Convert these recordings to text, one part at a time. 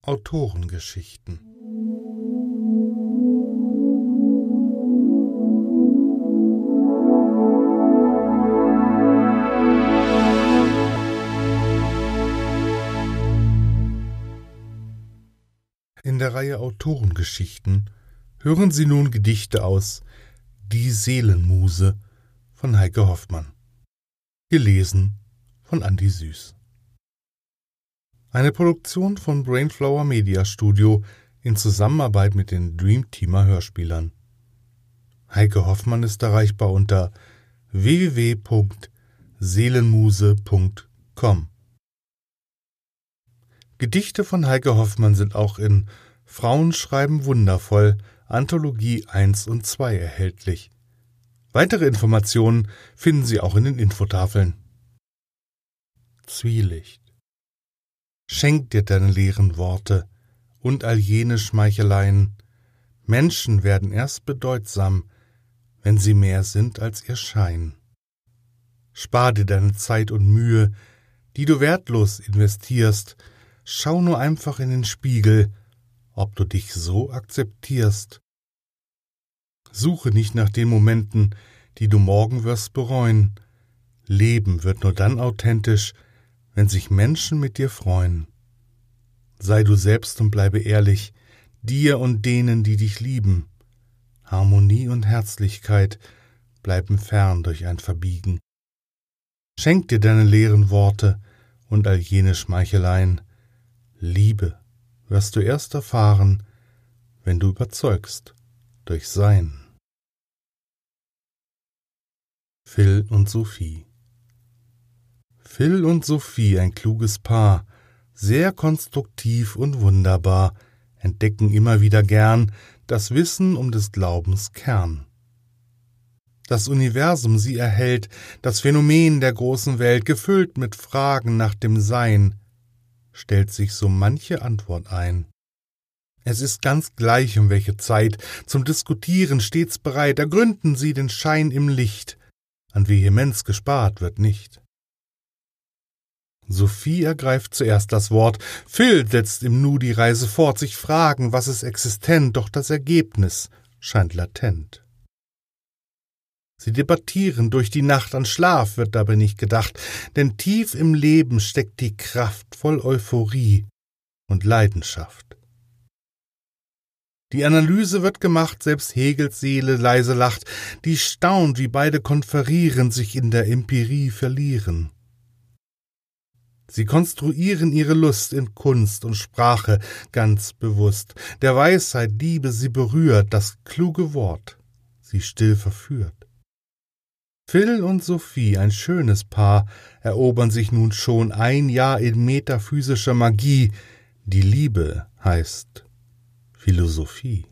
Autorengeschichten. In der Reihe Autorengeschichten hören Sie nun Gedichte aus Die Seelenmuse von Heike Hoffmann, gelesen von Andi Süß. Eine Produktion von Brainflower Media Studio in Zusammenarbeit mit den Dreamteamer Hörspielern. Heike Hoffmann ist erreichbar unter www.seelenmuse.com. Gedichte von Heike Hoffmann sind auch in Frauen schreiben wundervoll, Anthologie 1 und 2 erhältlich. Weitere Informationen finden Sie auch in den Infotafeln. Zwielicht. Schenk dir deine leeren Worte und all jene Schmeicheleien. Menschen werden erst bedeutsam, wenn sie mehr sind als ihr Schein. Spar dir deine Zeit und Mühe, die du wertlos investierst. Schau nur einfach in den Spiegel, ob du dich so akzeptierst. Suche nicht nach den Momenten, die du morgen wirst bereuen. Leben wird nur dann authentisch, wenn sich Menschen mit dir freuen. Sei du selbst und bleibe ehrlich, dir und denen, die dich lieben. Harmonie und Herzlichkeit bleiben fern durch ein Verbiegen. Schenk dir deine leeren Worte und all jene Schmeicheleien. Liebe wirst du erst erfahren, wenn du überzeugst durch Sein. Phil und Sophie. Phil und Sophie, ein kluges Paar, sehr konstruktiv und wunderbar, entdecken immer wieder gern das Wissen um des Glaubens Kern. Das Universum sie erhält, das Phänomen der großen Welt, gefüllt mit Fragen nach dem Sein, stellt sich so manche Antwort ein. Es ist ganz gleich, um welche Zeit, zum Diskutieren stets bereit, ergründen sie den Schein im Licht, an Vehemenz gespart wird nicht. Sophie ergreift zuerst das Wort, Phil setzt im Nu die Reise fort, sich fragen, was ist existent, doch das Ergebnis scheint latent. Sie debattieren durch die Nacht, an Schlaf wird dabei nicht gedacht, denn tief im Leben steckt die Kraft voll Euphorie und Leidenschaft. Die Analyse wird gemacht, selbst Hegels Seele leise lacht, die staunt, wie beide konferieren, sich in der Empirie verlieren. Sie konstruieren ihre Lust in Kunst und Sprache ganz bewusst, der Weisheit Liebe sie berührt, das kluge Wort sie still verführt. Phil und Sophie, ein schönes Paar, erobern sich nun schon ein Jahr in metaphysischer Magie, die Liebe heißt Philosophie.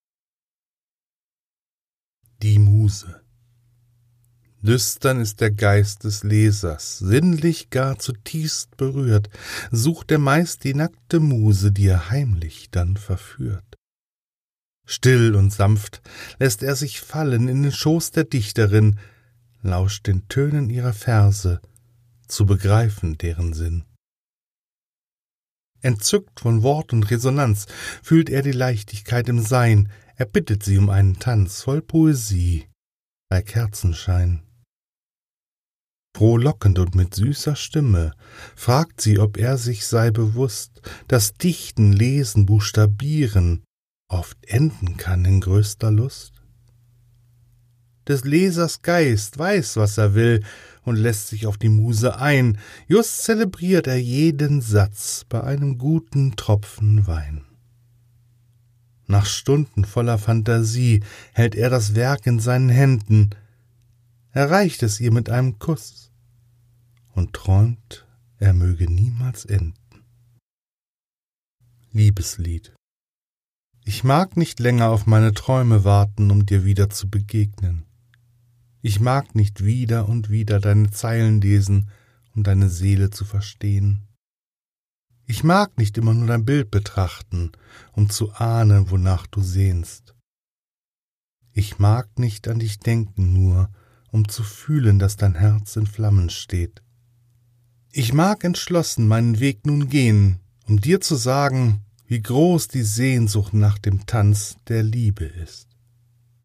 Die Muse. Lüstern ist der Geist des Lesers, sinnlich gar zutiefst berührt, sucht er meist die nackte Muse, die er heimlich dann verführt. Still und sanft lässt er sich fallen in den Schoß der Dichterin, lauscht den Tönen ihrer Verse, zu begreifen deren Sinn. Entzückt von Wort und Resonanz fühlt er die Leichtigkeit im Sein, er bittet sie um einen Tanz voll Poesie bei Kerzenschein. Frohlockend und mit süßer Stimme fragt sie, ob er sich sei bewusst, dass Dichten, Lesen, Buchstabieren oft enden kann in größter Lust. Des Lesers Geist weiß, was er will, und lässt sich auf die Muse ein, just zelebriert er jeden Satz bei einem guten Tropfen Wein. Nach Stunden voller Fantasie hält er das Werk in seinen Händen, erreicht es ihr mit einem Kuss und träumt, er möge niemals enden. Liebeslied. Ich mag nicht länger auf meine Träume warten, um dir wieder zu begegnen. Ich mag nicht wieder und wieder deine Zeilen lesen, um deine Seele zu verstehen. Ich mag nicht immer nur dein Bild betrachten, um zu ahnen, wonach du sehnst. Ich mag nicht an dich denken nur, um zu fühlen, dass dein Herz in Flammen steht. Ich mag entschlossen meinen Weg nun gehen, um dir zu sagen, wie groß die Sehnsucht nach dem Tanz der Liebe ist.